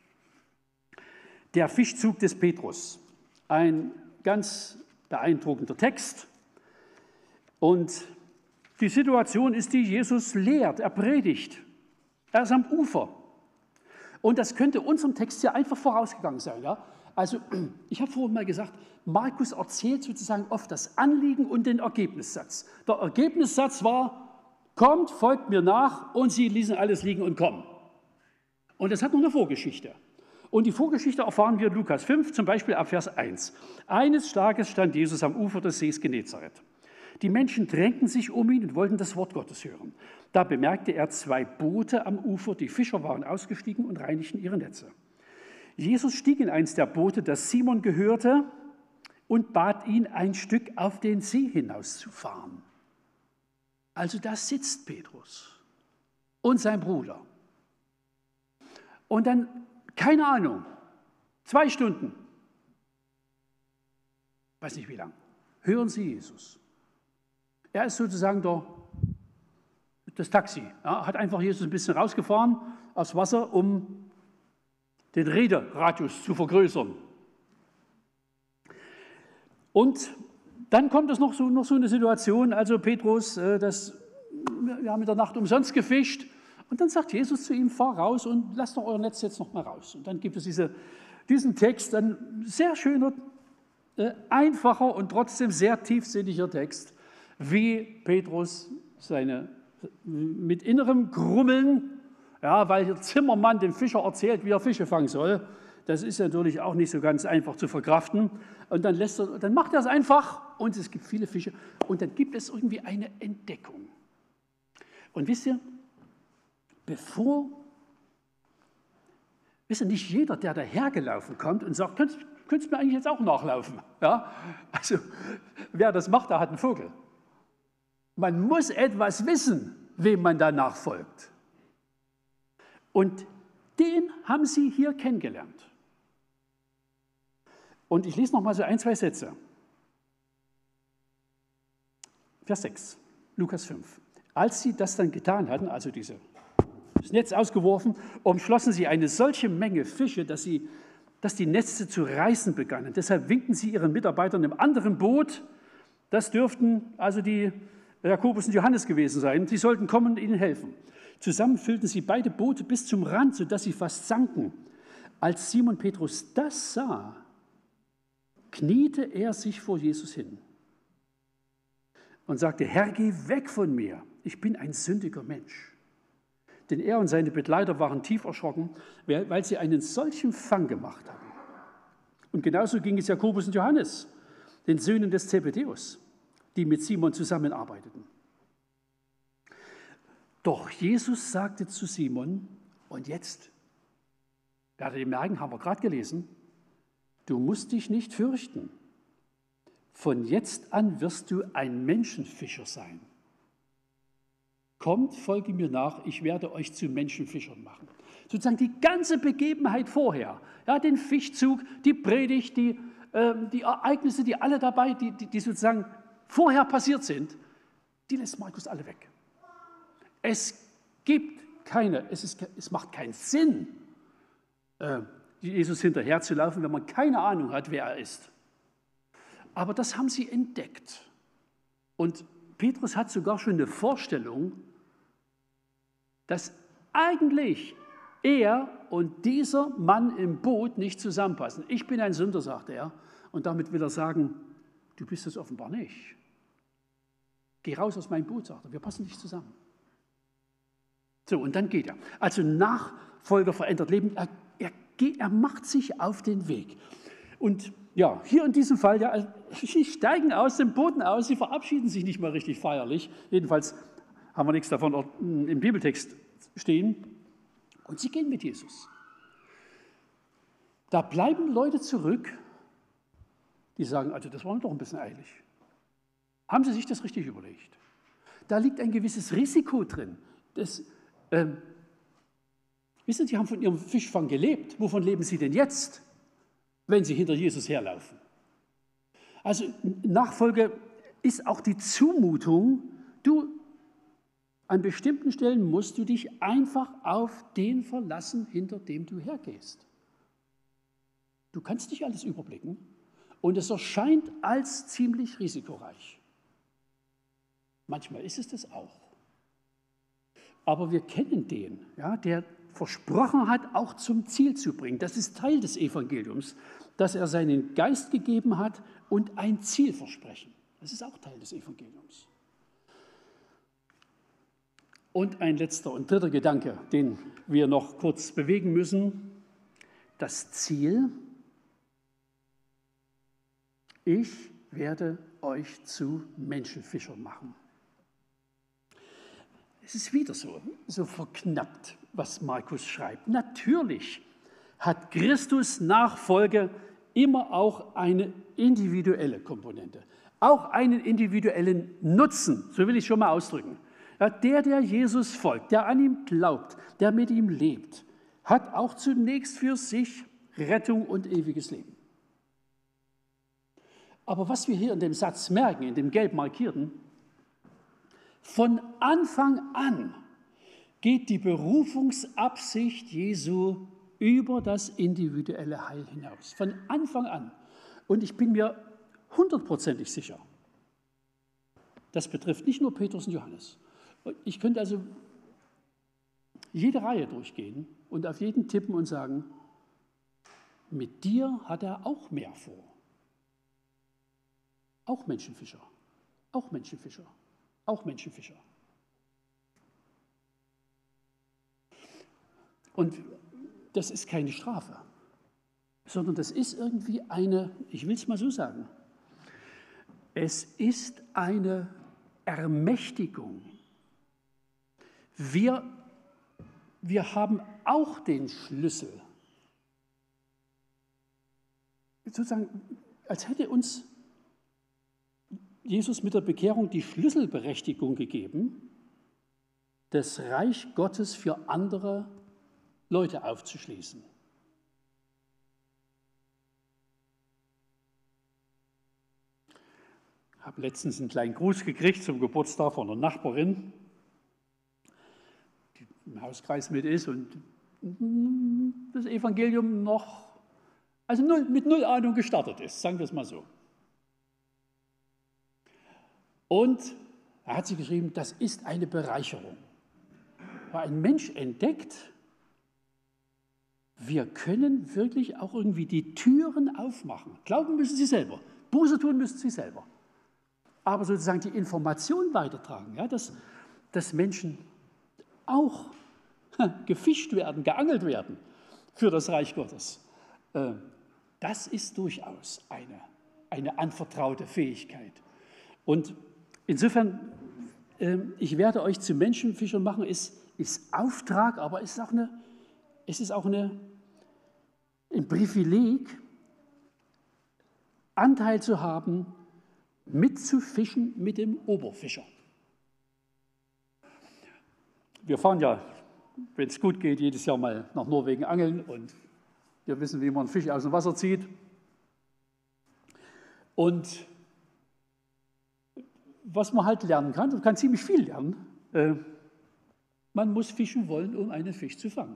Der Fischzug des Petrus, ein ganz beeindruckender Text. Und die Situation ist die, Jesus lehrt, er predigt. Er ist am Ufer. Und das könnte unserem Text ja einfach vorausgegangen sein. Ja? Also ich habe vorhin mal gesagt, Markus erzählt sozusagen oft das Anliegen und den Ergebnissatz. Der Ergebnissatz war, kommt, folgt mir nach, und sie ließen alles liegen und kommen. Und das hat noch eine Vorgeschichte. Und die Vorgeschichte erfahren wir in Lukas fünf, zum Beispiel ab Vers eins. Eines Tages stand Jesus am Ufer des Sees Genezareth. Die Menschen drängten sich um ihn und wollten das Wort Gottes hören. Da bemerkte er zwei Boote am Ufer, die Fischer waren ausgestiegen und reinigten ihre Netze. Jesus stieg in eins der Boote, das Simon gehörte, und bat ihn, ein Stück auf den See hinauszufahren. Also da sitzt Petrus und sein Bruder. Und dann, keine Ahnung, zwei Stunden, weiß nicht wie lang, hören sie Jesus. Er ist sozusagen der, das Taxi, ja, hat einfach Jesus ein bisschen rausgefahren aufs Wasser, um den Rederadius zu vergrößern. Und dann kommt es noch so, noch so eine Situation, also Petrus, äh, das, wir haben in der Nacht umsonst gefischt, und dann sagt Jesus zu ihm, fahr raus und lasst doch euer Netz jetzt noch mal raus. Und dann gibt es diese, diesen Text, ein sehr schöner, äh, einfacher und trotzdem sehr tiefsinniger Text, wie Petrus seine, mit innerem Grummeln, ja, weil hier Zimmermann dem Fischer erzählt, wie er Fische fangen soll. Das ist natürlich auch nicht so ganz einfach zu verkraften. Und dann, lässt er, dann macht er es einfach und es gibt viele Fische. Und dann gibt es irgendwie eine Entdeckung. Und wisst ihr, bevor, wisst ihr, nicht jeder, der dahergelaufen kommt und sagt, könntest du mir eigentlich jetzt auch nachlaufen? Ja? Also, wer das macht, der hat einen Vogel. Man muss etwas wissen, wem man danach folgt. Und den haben sie hier kennengelernt. Und ich lese noch mal so ein, zwei Sätze. Vers sechs, Lukas fünf. Als sie das dann getan hatten, also diese, das Netz ausgeworfen, umschlossen sie eine solche Menge Fische, dass, sie, dass die Netze zu reißen begannen. Deshalb winkten sie ihren Mitarbeitern im anderen Boot. Das dürften also die Jakobus und Johannes gewesen sein. Sie sollten kommen und ihnen helfen. Zusammen füllten sie beide Boote bis zum Rand, sodass sie fast sanken. Als Simon Petrus das sah, kniete er sich vor Jesus hin und sagte, Herr, geh weg von mir, ich bin ein sündiger Mensch. Denn er und seine Begleiter waren tief erschrocken, weil sie einen solchen Fang gemacht hatten. Und genauso ging es Jakobus und Johannes, den Söhnen des Zebedeus, die mit Simon zusammenarbeiteten. Doch Jesus sagte zu Simon, und jetzt, werdet ihr merken, haben wir gerade gelesen, du musst dich nicht fürchten. Von jetzt an wirst du ein Menschenfischer sein. Kommt, folge mir nach, ich werde euch zu Menschenfischern machen. Sozusagen die ganze Begebenheit vorher, ja, den Fischzug, die Predigt, die, äh, die Ereignisse, die alle dabei, die, die, die sozusagen vorher passiert sind, die lässt Markus alle weg. Es gibt keine, es, ist, es macht keinen Sinn, äh, Jesus hinterherzulaufen, wenn man keine Ahnung hat, wer er ist. Aber das haben sie entdeckt. Und Petrus hat sogar schon eine Vorstellung, dass eigentlich er und dieser Mann im Boot nicht zusammenpassen. Ich bin ein Sünder, sagt er. Und damit will er sagen, du bist es offenbar nicht. Geh raus aus meinem Boot, sagt er, wir passen nicht zusammen. So, und dann geht er. Also Nachfolger verändert Leben, er, er, geht, er macht sich auf den Weg. Und ja, hier in diesem Fall, ja, sie steigen aus dem Boden aus, sie verabschieden sich nicht mal richtig feierlich. Jedenfalls haben wir nichts davon im Bibeltext stehen. Und sie gehen mit Jesus. Da bleiben Leute zurück, die sagen, also das war doch ein bisschen eilig. Haben Sie sich das richtig überlegt? Da liegt ein gewisses Risiko drin. Das, ähm, wissen Sie, Sie haben von Ihrem Fischfang gelebt. Wovon leben Sie denn jetzt, wenn Sie hinter Jesus herlaufen? Also Nachfolge ist auch die Zumutung, du, an bestimmten Stellen musst du dich einfach auf den verlassen, hinter dem du hergehst. Du kannst nicht alles überblicken und es erscheint als ziemlich risikoreich. Manchmal ist es das auch. Aber wir kennen den, ja, der versprochen hat, auch zum Ziel zu bringen. Das ist Teil des Evangeliums, dass er seinen Geist gegeben hat und ein Zielversprechen. Das ist auch Teil des Evangeliums. Und ein letzter und dritter Gedanke, den wir noch kurz bewegen müssen. Das Ziel: Ich werde euch zu Menschenfischern machen. Es ist wieder so, so verknappt, was Markus schreibt. Natürlich hat Christus Nachfolge immer auch eine individuelle Komponente, auch einen individuellen Nutzen, so will ich es schon mal ausdrücken. Ja, der, der Jesus folgt, der an ihm glaubt, der mit ihm lebt, hat auch zunächst für sich Rettung und ewiges Leben. Aber was wir hier in dem Satz merken, in dem gelb markierten, von Anfang an geht die Berufungsabsicht Jesu über das individuelle Heil hinaus. Von Anfang an. Und ich bin mir hundertprozentig sicher, das betrifft nicht nur Petrus und Johannes. Ich könnte also jede Reihe durchgehen und auf jeden tippen und sagen, mit dir hat er auch mehr vor. Auch Menschenfischer, auch Menschenfischer, auch Menschenfischer. Und das ist keine Strafe, sondern das ist irgendwie eine, ich will es mal so sagen, es ist eine Ermächtigung. Wir, wir haben auch den Schlüssel. Sozusagen, als hätte uns Jesus mit der Bekehrung die Schlüsselberechtigung gegeben, das Reich Gottes für andere Leute aufzuschließen. Ich habe letztens einen kleinen Gruß gekriegt zum Geburtstag von einer Nachbarin, die im Hauskreis mit ist und das Evangelium noch, also null, mit null Ahnung gestartet ist, sagen wir es mal so. Und er hat sie geschrieben, das ist eine Bereicherung. Weil ein Mensch entdeckt, wir können wirklich auch irgendwie die Türen aufmachen. Glauben müssen sie selber, Buße tun müssen sie selber. Aber sozusagen die Information weitertragen, ja, dass, dass Menschen auch gefischt werden, geangelt werden für das Reich Gottes. Das ist durchaus eine, eine anvertraute Fähigkeit. Und insofern, ich werde euch zu Menschenfischern machen, ist, ist Auftrag, aber es ist auch, eine, es ist auch eine, ein Privileg, Anteil zu haben, mitzufischen mit dem Oberfischer. Wir fahren ja, wenn es gut geht, jedes Jahr mal nach Norwegen angeln und wir wissen, wie man einen Fisch aus dem Wasser zieht. Und was man halt lernen kann, man kann ziemlich viel lernen, äh, man muss fischen wollen, um einen Fisch zu fangen.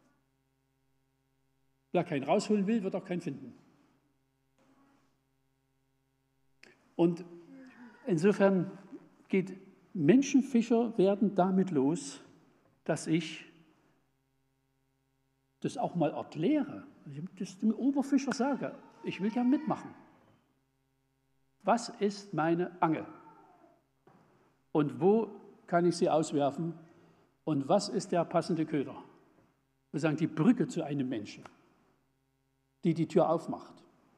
Wer keinen rausholen will, wird auch keinen finden. Und insofern geht Menschenfischer werden damit los, dass ich das auch mal erkläre. Ich das dem Oberfischer sage, ich will gerne mitmachen. Was ist meine Angel? Und wo kann ich sie auswerfen? Und was ist der passende Köder? Wir sagen, die Brücke zu einem Menschen, die die Tür aufmacht.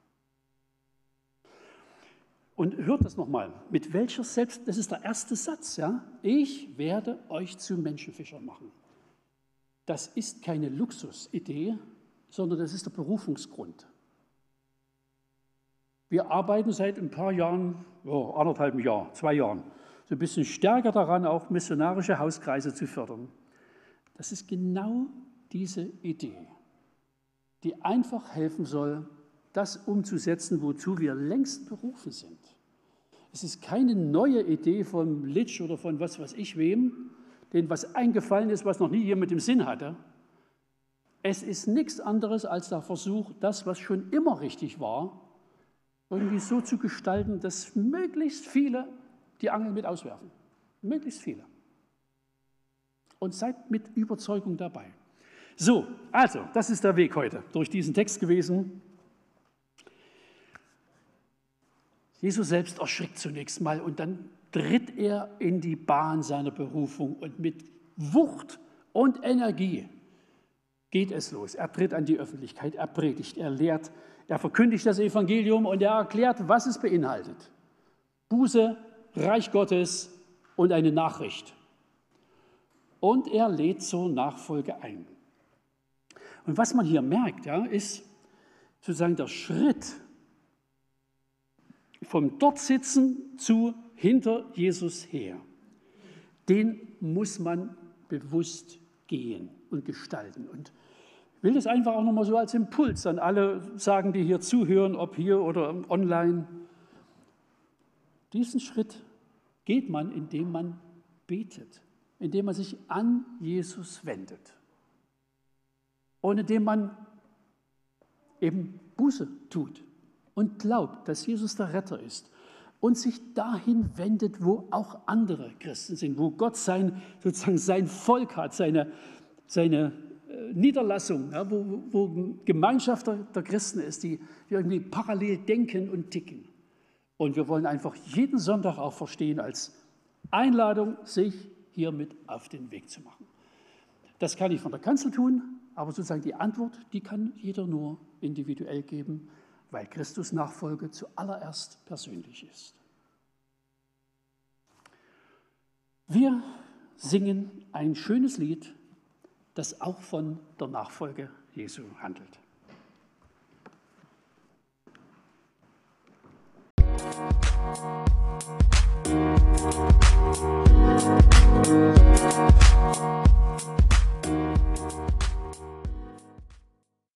Und hört das nochmal, mit welcher Selbst, das ist der erste Satz, ja? Ich werde euch zu Menschenfischern machen. Das ist keine Luxusidee, sondern das ist der Berufungsgrund. Wir arbeiten seit ein paar Jahren, oh, anderthalb Jahr, zwei Jahren, so ein bisschen stärker daran, auch missionarische Hauskreise zu fördern. Das ist genau diese Idee, die einfach helfen soll, das umzusetzen, wozu wir längst berufen sind. Es ist keine neue Idee von Litsch oder von was weiß ich wem, denen was eingefallen ist, was noch nie jemand im Sinn hatte. Es ist nichts anderes als der Versuch, das, was schon immer richtig war, irgendwie so zu gestalten, dass möglichst viele die Angel mit auswerfen. Möglichst viele. Und seid mit Überzeugung dabei. So, also, das ist der Weg heute durch diesen Text gewesen. Jesus selbst erschrickt zunächst mal und dann tritt er in die Bahn seiner Berufung und mit Wucht und Energie geht es los. Er tritt an die Öffentlichkeit, er predigt, er lehrt, er verkündigt das Evangelium und er erklärt, was es beinhaltet. Buße, Reich Gottes und eine Nachricht. Und er lädt zur Nachfolge ein. Und was man hier merkt, ja, ist sozusagen der Schritt vom Dortsitzen zu hinter Jesus her. Den muss man bewusst gehen und gestalten. Und ich will das einfach auch nochmal so als Impuls an alle sagen, die hier zuhören, ob hier oder online. Diesen Schritt geht man, indem man betet, indem man sich an Jesus wendet und indem man eben Buße tut und glaubt, dass Jesus der Retter ist und sich dahin wendet, wo auch andere Christen sind, wo Gott sein, sozusagen sein Volk hat, seine, seine Niederlassung, ja, wo, wo Gemeinschaft der, der Christen ist, die, die irgendwie parallel denken und ticken. Und wir wollen einfach jeden Sonntag auch verstehen als Einladung, sich hiermit auf den Weg zu machen. Das kann ich von der Kanzel tun, aber sozusagen die Antwort, die kann jeder nur individuell geben, weil Christus Nachfolge zuallererst persönlich ist. Wir singen ein schönes Lied, das auch von der Nachfolge Jesu handelt.